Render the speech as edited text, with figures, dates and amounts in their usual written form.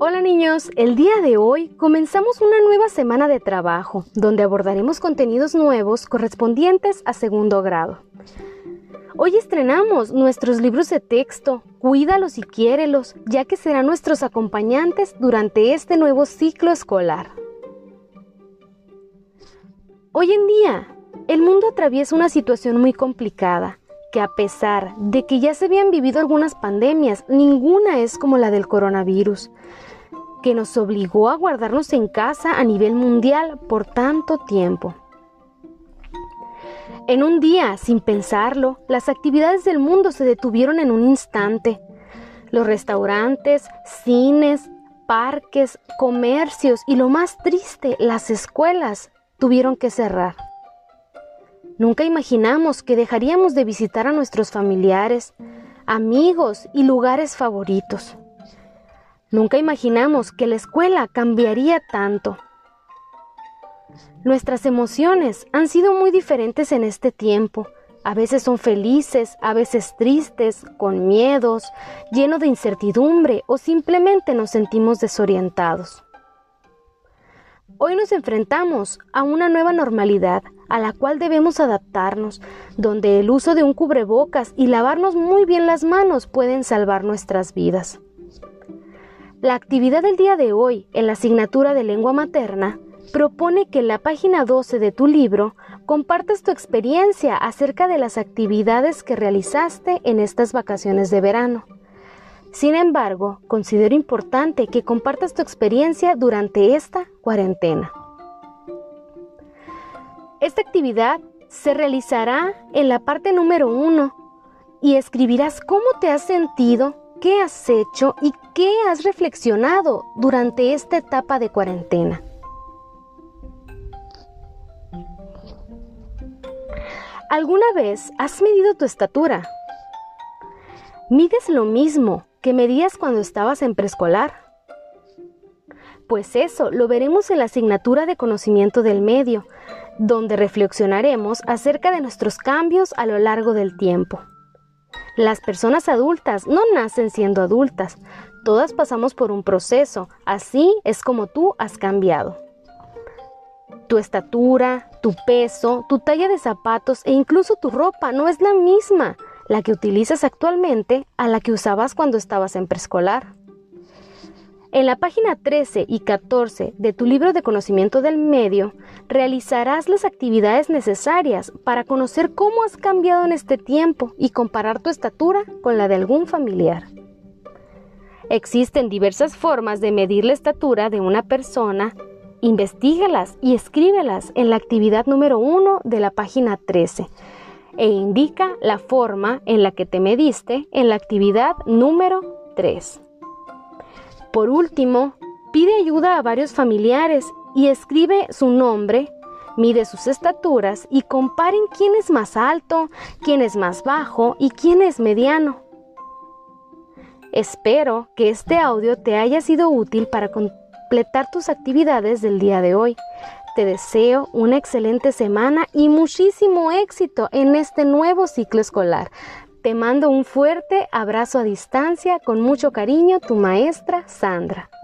Hola niños, el día de hoy comenzamos una nueva semana de trabajo, donde abordaremos contenidos nuevos correspondientes a segundo grado. Hoy estrenamos nuestros libros de texto, cuídalos y quiérelos, ya que serán nuestros acompañantes durante este nuevo ciclo escolar. Hoy en día, el mundo atraviesa una situación muy complicada, que a pesar de que ya se habían vivido algunas pandemias, ninguna es como la del coronavirus, que nos obligó a guardarnos en casa a nivel mundial por tanto tiempo. En un día, sin pensarlo, las actividades del mundo se detuvieron en un instante. Los restaurantes, cines, parques, comercios y lo más triste, las escuelas tuvieron que cerrar. Nunca imaginamos que dejaríamos de visitar a nuestros familiares, amigos y lugares favoritos. Nunca imaginamos que la escuela cambiaría tanto. Nuestras emociones han sido muy diferentes en este tiempo. A veces son felices, a veces tristes, con miedos, llenos de incertidumbre o simplemente nos sentimos desorientados. Hoy nos enfrentamos a una nueva normalidad a la cual debemos adaptarnos, donde el uso de un cubrebocas y lavarnos muy bien las manos pueden salvar nuestras vidas. La actividad del día de hoy en la asignatura de lengua materna propone que en la página 12 de tu libro compartas tu experiencia acerca de las actividades que realizaste en estas vacaciones de verano. Sin embargo, considero importante que compartas tu experiencia durante esta cuarentena. Esta actividad se realizará en la parte número 1 y escribirás cómo te has sentido, qué has hecho y qué has reflexionado durante esta etapa de cuarentena. ¿Alguna vez has medido tu estatura? ¿Mides lo mismo que medías cuando estabas en preescolar? Pues eso lo veremos en la asignatura de conocimiento del medio, donde reflexionaremos acerca de nuestros cambios a lo largo del tiempo. Las personas adultas no nacen siendo adultas, todas pasamos por un proceso, así es como tú has cambiado. Tu estatura, tu peso, tu talla de zapatos e incluso tu ropa no es la misma, la que utilizas actualmente a la que usabas cuando estabas en preescolar. En la página 13 y 14 de tu libro de conocimiento del medio, realizarás las actividades necesarias para conocer cómo has cambiado en este tiempo y comparar tu estatura con la de algún familiar. Existen diversas formas de medir la estatura de una persona. Investígalas y escríbelas en la actividad número 1 de la página 13 e indica la forma en la que te mediste en la actividad número 3. Por último, pide ayuda a varios familiares y escribe su nombre, mide sus estaturas y comparen quién es más alto, quién es más bajo y quién es mediano. Espero que este audio te haya sido útil para completar tus actividades del día de hoy. Te deseo una excelente semana y muchísimo éxito en este nuevo ciclo escolar. Te mando un fuerte abrazo a distancia, con mucho cariño, tu maestra Sandra.